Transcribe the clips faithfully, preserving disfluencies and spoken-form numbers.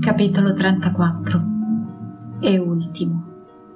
Capitolo trentaquattro e ultimo.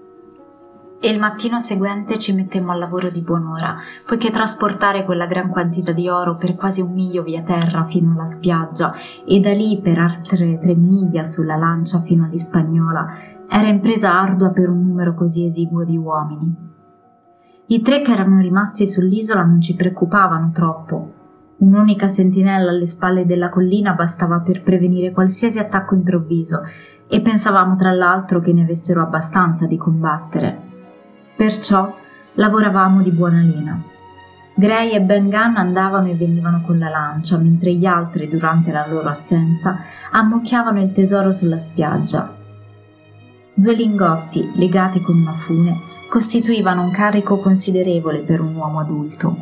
E il mattino seguente ci mettemmo al lavoro di buon'ora, poiché trasportare quella gran quantità di oro per quasi un miglio via terra fino alla spiaggia e da lì per altre tre miglia sulla lancia fino all'Ispagnola era impresa ardua per un numero così esiguo di uomini. I tre che erano rimasti sull'isola non ci preoccupavano troppo. Un'unica sentinella alle spalle della collina bastava per prevenire qualsiasi attacco improvviso e pensavamo tra l'altro che ne avessero abbastanza di combattere. Perciò lavoravamo di buona lena. Gray e Ben Gunn andavano e venivano con la lancia, mentre gli altri, durante la loro assenza, ammucchiavano il tesoro sulla spiaggia. Due lingotti, legati con una fune, costituivano un carico considerevole per un uomo adulto,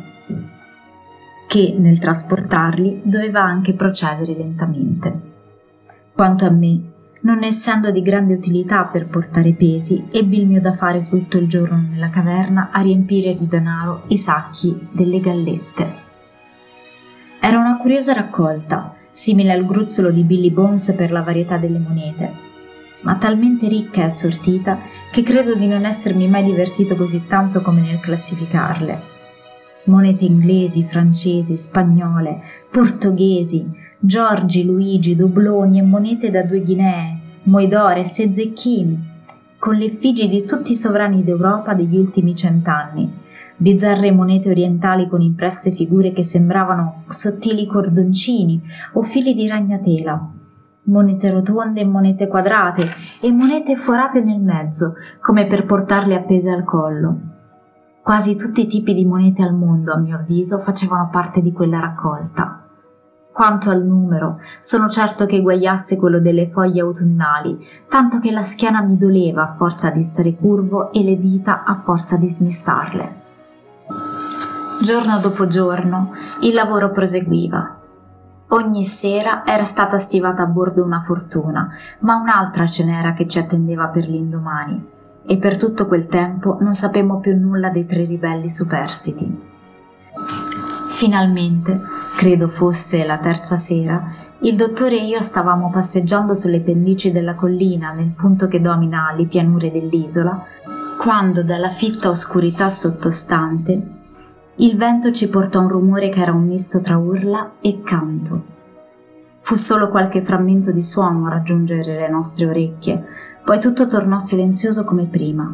che nel trasportarli doveva anche procedere lentamente. Quanto a me, non essendo di grande utilità per portare pesi, ebbi il mio da fare tutto il giorno nella caverna a riempire di denaro i sacchi delle gallette. Era una curiosa raccolta, simile al gruzzolo di Billy Bones per la varietà delle monete, ma talmente ricca e assortita che credo di non essermi mai divertito così tanto come nel classificarle. Monete inglesi, francesi, spagnole, portoghesi, Giorgi, Luigi, dobloni e monete da due ghinee, moidores e zecchini, con le effigi di tutti i sovrani d'Europa degli ultimi cent'anni, bizzarre monete orientali con impresse figure che sembravano sottili cordoncini o fili di ragnatela, monete rotonde e monete quadrate e monete forate nel mezzo, come per portarle appese al collo. Quasi tutti i tipi di monete al mondo, a mio avviso, facevano parte di quella raccolta. Quanto al numero, sono certo che eguagliasse quello delle foglie autunnali, tanto che la schiena mi doleva a forza di stare curvo e le dita a forza di smistarle. Giorno dopo giorno il lavoro proseguiva. Ogni sera era stata stivata a bordo una fortuna, ma un'altra ce n'era che ci attendeva per l'indomani. E per tutto quel tempo non sapemmo più nulla dei tre ribelli superstiti. Finalmente, credo fosse la terza sera, il dottore e io stavamo passeggiando sulle pendici della collina nel punto che domina le pianure dell'isola, quando dalla fitta oscurità sottostante il vento ci portò un rumore che era un misto tra urla e canto. Fu solo qualche frammento di suono a raggiungere le nostre orecchie, poi tutto tornò silenzioso come prima.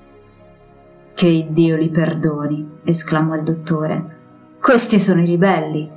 «Che Dio li perdoni!» esclamò il dottore. «Questi sono i ribelli!»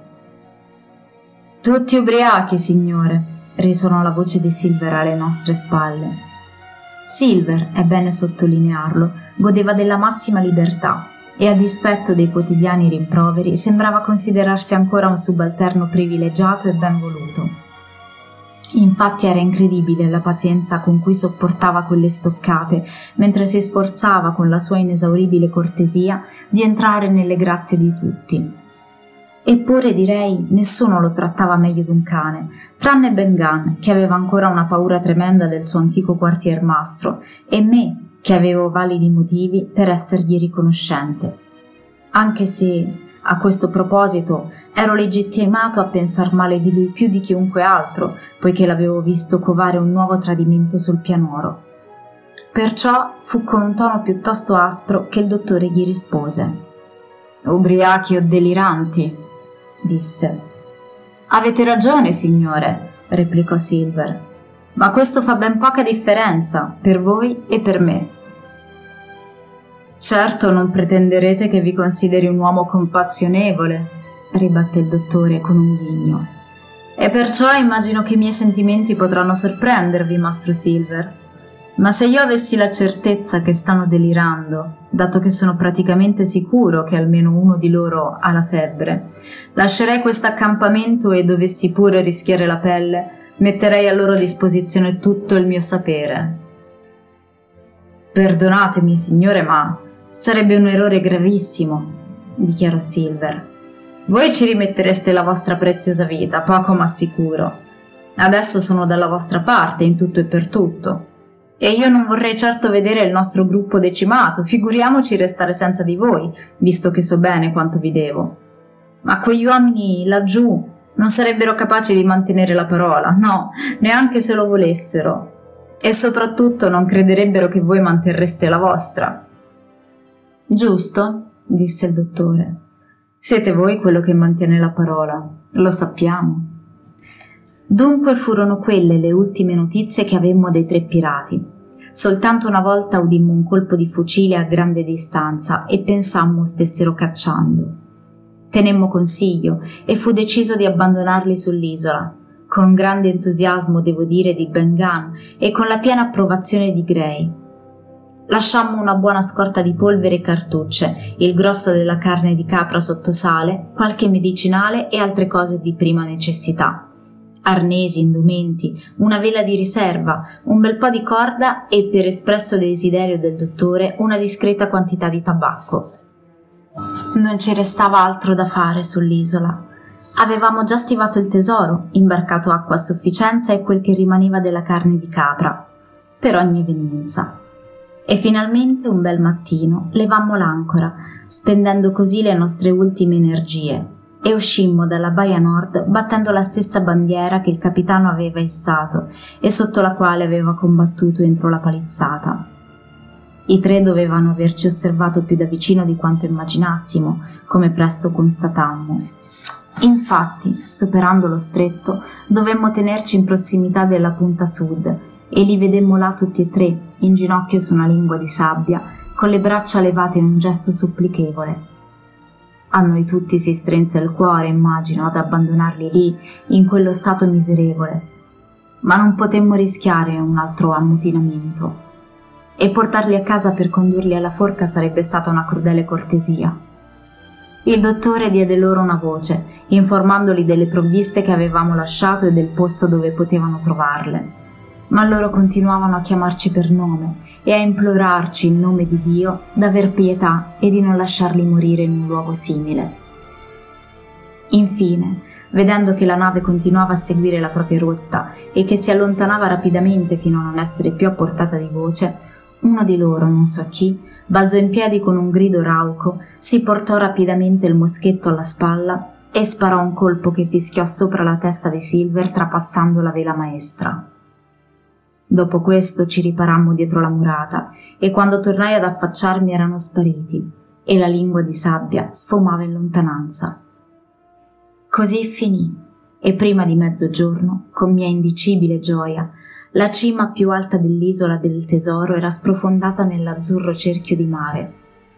«Tutti ubriachi, signore!» risuonò la voce di Silver alle nostre spalle. Silver, è bene sottolinearlo, godeva della massima libertà e a dispetto dei quotidiani rimproveri sembrava considerarsi ancora un subalterno privilegiato e ben voluto. Infatti era incredibile la pazienza con cui sopportava quelle stoccate, mentre si sforzava con la sua inesauribile cortesia di entrare nelle grazie di tutti. Eppure direi nessuno lo trattava meglio d'un cane, tranne Ben Gunn, che aveva ancora una paura tremenda del suo antico quartiermastro, e me, che avevo validi motivi per essergli riconoscente. Anche se, a questo proposito, ero legittimato a pensar male di lui più di chiunque altro, poiché l'avevo visto covare un nuovo tradimento sul pianoro. Perciò fu con un tono piuttosto aspro che il dottore gli rispose. «Ubriachi o deliranti?» disse. «Avete ragione, signore», replicò Silver, «ma questo fa ben poca differenza per voi e per me». «Certo non pretenderete che vi consideri un uomo compassionevole», ribatté il dottore con un ghigno. «E perciò immagino che i miei sentimenti potranno sorprendervi, mastro Silver. Ma se io avessi la certezza che stanno delirando, dato che sono praticamente sicuro che almeno uno di loro ha la febbre, lascerei questo accampamento e dovessi pure rischiare la pelle, metterei a loro disposizione tutto il mio sapere». «Perdonatemi, signore, ma sarebbe un errore gravissimo», dichiarò Silver. «Voi ci rimettereste la vostra preziosa vita, poco ma sicuro. Adesso sono dalla vostra parte in tutto e per tutto. E io non vorrei certo vedere il nostro gruppo decimato, figuriamoci restare senza di voi, visto che so bene quanto vi devo. Ma quegli uomini laggiù Non sarebbero capaci di mantenere la parola, no, neanche se lo volessero. E soprattutto non crederebbero che voi manterreste la vostra. Giusto? Disse il dottore. Siete voi quello che mantiene la parola, lo sappiamo. Dunque furono quelle le ultime notizie che avemmo dei tre pirati. Soltanto una volta udimmo un colpo di fucile a grande distanza e pensammo stessero cacciando. Tenemmo consiglio e fu deciso di abbandonarli sull'isola, con grande entusiasmo, devo dire, di Ben Gunn e con la piena approvazione di Gray. Lasciammo una buona scorta di polvere e cartucce, il grosso della carne di capra sotto sale, qualche medicinale e altre cose di prima necessità. Arnesi, indumenti, una vela di riserva, un bel po' di corda e, per espresso desiderio del dottore, una discreta quantità di tabacco. Non ci restava altro da fare sull'isola. Avevamo già stivato il tesoro, imbarcato acqua a sufficienza e quel che rimaneva della carne di capra, per ogni evenienza. E finalmente, un bel mattino, levammo l'ancora, spendendo così le nostre ultime energie, e uscimmo dalla baia nord battendo la stessa bandiera che il capitano aveva issato e sotto la quale aveva combattuto entro la palizzata. I tre dovevano averci osservato più da vicino di quanto immaginassimo, come presto constatammo. Infatti, superando lo stretto, dovemmo tenerci in prossimità della punta sud e li vedemmo là tutti e tre, in ginocchio su una lingua di sabbia, con le braccia levate in un gesto supplichevole. A noi tutti si strinse il cuore, immagino, ad abbandonarli lì, in quello stato miserevole. Ma non potemmo rischiare un altro ammutinamento. E portarli a casa per condurli alla forca sarebbe stata una crudele cortesia. Il dottore diede loro una voce, informandoli delle provviste che avevamo lasciato e del posto dove potevano trovarle. Ma loro continuavano a chiamarci per nome e a implorarci in nome di Dio d'aver pietà e di non lasciarli morire in un luogo simile. Infine, vedendo che la nave continuava a seguire la propria rotta e che si allontanava rapidamente fino a non essere più a portata di voce, uno di loro, non so chi, balzò in piedi con un grido rauco, si portò rapidamente il moschetto alla spalla e sparò un colpo che fischiò sopra la testa di Silver trapassando la vela maestra. Dopo questo ci riparammo dietro la murata e quando tornai ad affacciarmi erano spariti e la lingua di sabbia sfumava in lontananza. Così finì e prima di mezzogiorno, con mia indicibile gioia, la cima più alta dell'isola del tesoro era sprofondata nell'azzurro cerchio di mare.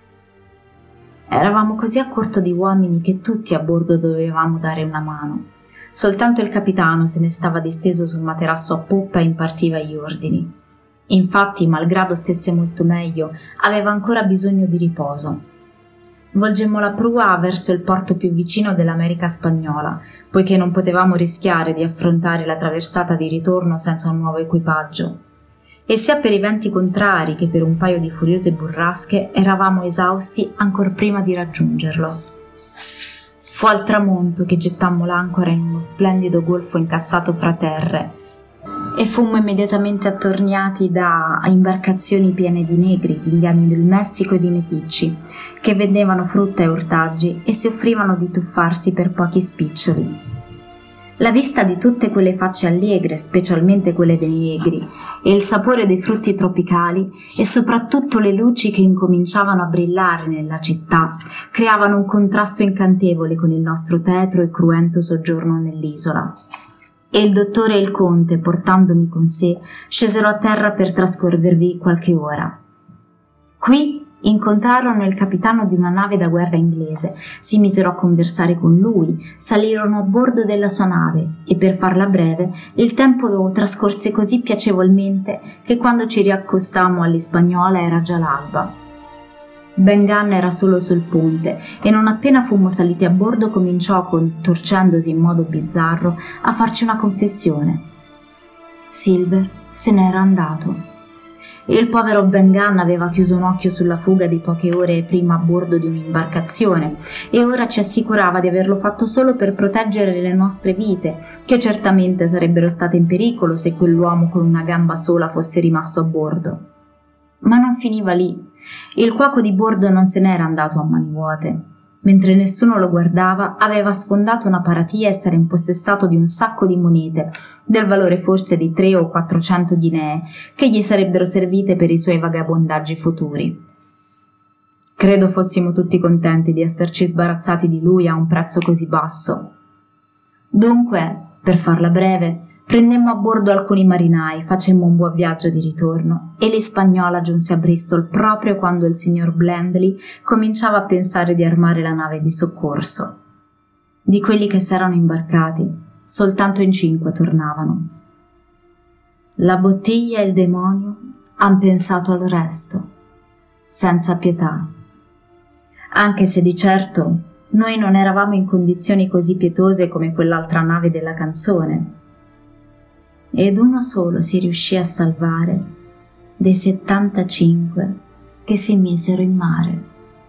Eravamo così a corto di uomini che tutti a bordo dovevamo dare una mano. Soltanto il capitano se ne stava disteso sul materasso a poppa e impartiva gli ordini. Infatti, malgrado stesse molto meglio, aveva ancora bisogno di riposo. Volgemmo la prua verso il porto più vicino dell'America spagnola, poiché non potevamo rischiare di affrontare la traversata di ritorno senza un nuovo equipaggio. E sia per i venti contrari che per un paio di furiose burrasche eravamo esausti ancor prima di raggiungerlo. Fu al tramonto che gettammo l'ancora in uno splendido golfo incassato fra terre e fummo immediatamente attorniati da imbarcazioni piene di negri, di indiani del Messico e di meticci, che vendevano frutta e ortaggi e si offrivano di tuffarsi per pochi spiccioli. La vista di tutte quelle facce allegre, specialmente quelle dei negri, e il sapore dei frutti tropicali e soprattutto le luci che incominciavano a brillare nella città creavano un contrasto incantevole con il nostro tetro e cruento soggiorno nell'isola. E il dottore e il conte, portandomi con sé, scesero a terra per trascorrervi qualche ora. Qui incontrarono il capitano di una nave da guerra inglese, si misero a conversare con lui, salirono a bordo della sua nave e, per farla breve, il tempo trascorse così piacevolmente che quando ci riaccostammo all'Ispagnola era già l'alba. Ben Gunn era solo sul ponte e non appena fummo saliti a bordo cominciò, contorcendosi in modo bizzarro, a farci una confessione. Silver se n'era andato. Il povero Ben Gunn aveva chiuso un occhio sulla fuga di poche ore prima a bordo di un'imbarcazione e ora ci assicurava di averlo fatto solo per proteggere le nostre vite, che certamente sarebbero state in pericolo se quell'uomo con una gamba sola fosse rimasto a bordo. Ma non finiva lì. Il cuoco di bordo non se n'era andato a mani vuote. mentre nessuno lo guardava, aveva sfondato una paratia e s'era impossessato di un sacco di monete, del valore forse di tre o quattrocento ghinee, che gli sarebbero servite per i suoi vagabondaggi futuri. Credo fossimo tutti contenti di esserci sbarazzati di lui a un prezzo così basso. Dunque, per farla breve, prendemmo a bordo alcuni marinai, facemmo un buon viaggio di ritorno e l'Hispagnola giunse a Bristol proprio quando il signor Blandly cominciava a pensare di armare la nave di soccorso. Di quelli che s'erano imbarcati, soltanto in cinque tornavano. La bottiglia e il demonio han pensato al resto, senza pietà. Anche se di certo noi non eravamo in condizioni così pietose come quell'altra nave della canzone. Ed uno solo si riuscì a salvare dei settantacinque che si misero in mare.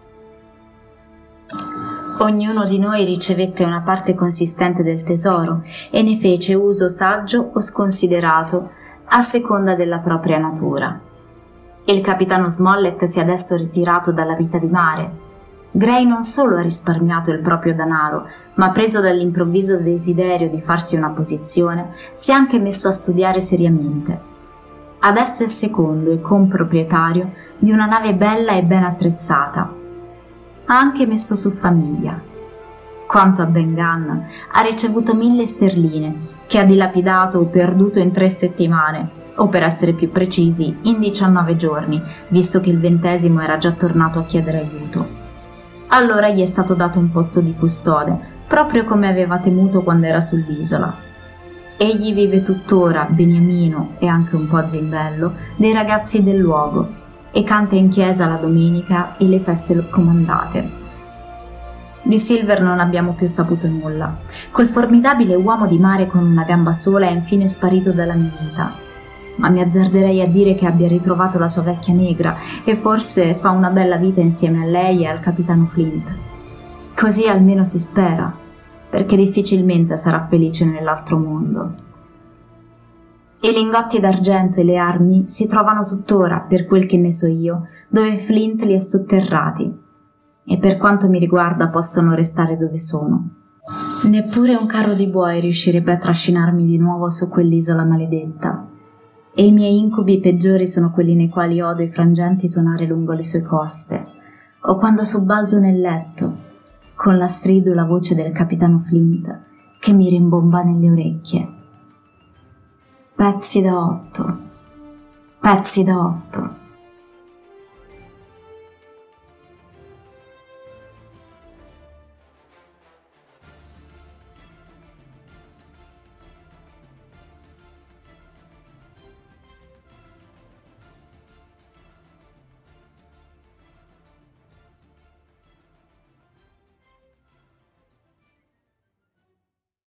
Ognuno di noi ricevette una parte consistente del tesoro e ne fece uso saggio o sconsiderato a seconda della propria natura. Il capitano Smollett si è adesso ritirato dalla vita di mare. Gray non solo ha risparmiato il proprio denaro, ma preso dall'improvviso desiderio di farsi una posizione, si è anche messo a studiare seriamente. Adesso è secondo e comproprietario di una nave bella e ben attrezzata. Ha anche messo su famiglia. Quanto a Ben Gunn, ha ricevuto mille sterline, che ha dilapidato o perduto in tre settimane, o per essere più precisi, in diciannove giorni, visto che il ventesimo era già tornato a chiedere aiuto. Allora gli è stato dato un posto di custode, proprio come aveva temuto quando era sull'isola. Egli vive tuttora, beniamino e anche un po' zimbello, dei ragazzi del luogo e canta in chiesa la domenica e le feste comandate. Di Silver non abbiamo più saputo nulla. Quel formidabile uomo di mare con una gamba sola è infine sparito dalla mia vita. Ma mi azzarderei a dire che abbia ritrovato la sua vecchia negra e forse fa una bella vita insieme a lei e al capitano Flint. Così almeno si spera, perché difficilmente sarà felice nell'altro mondo. I lingotti d'argento e le armi si trovano tuttora, per quel che ne so io, dove Flint li ha sotterrati, e per quanto mi riguarda possono restare dove sono. Neppure un carro di buoi riuscirebbe a trascinarmi di nuovo su quell'isola maledetta. E i miei incubi peggiori sono quelli nei quali odo i frangenti tuonare lungo le sue coste, o quando sobbalzo nel letto, con la stridula voce del capitano Flint che mi rimbomba nelle orecchie. Pezzi da otto, pezzi da otto.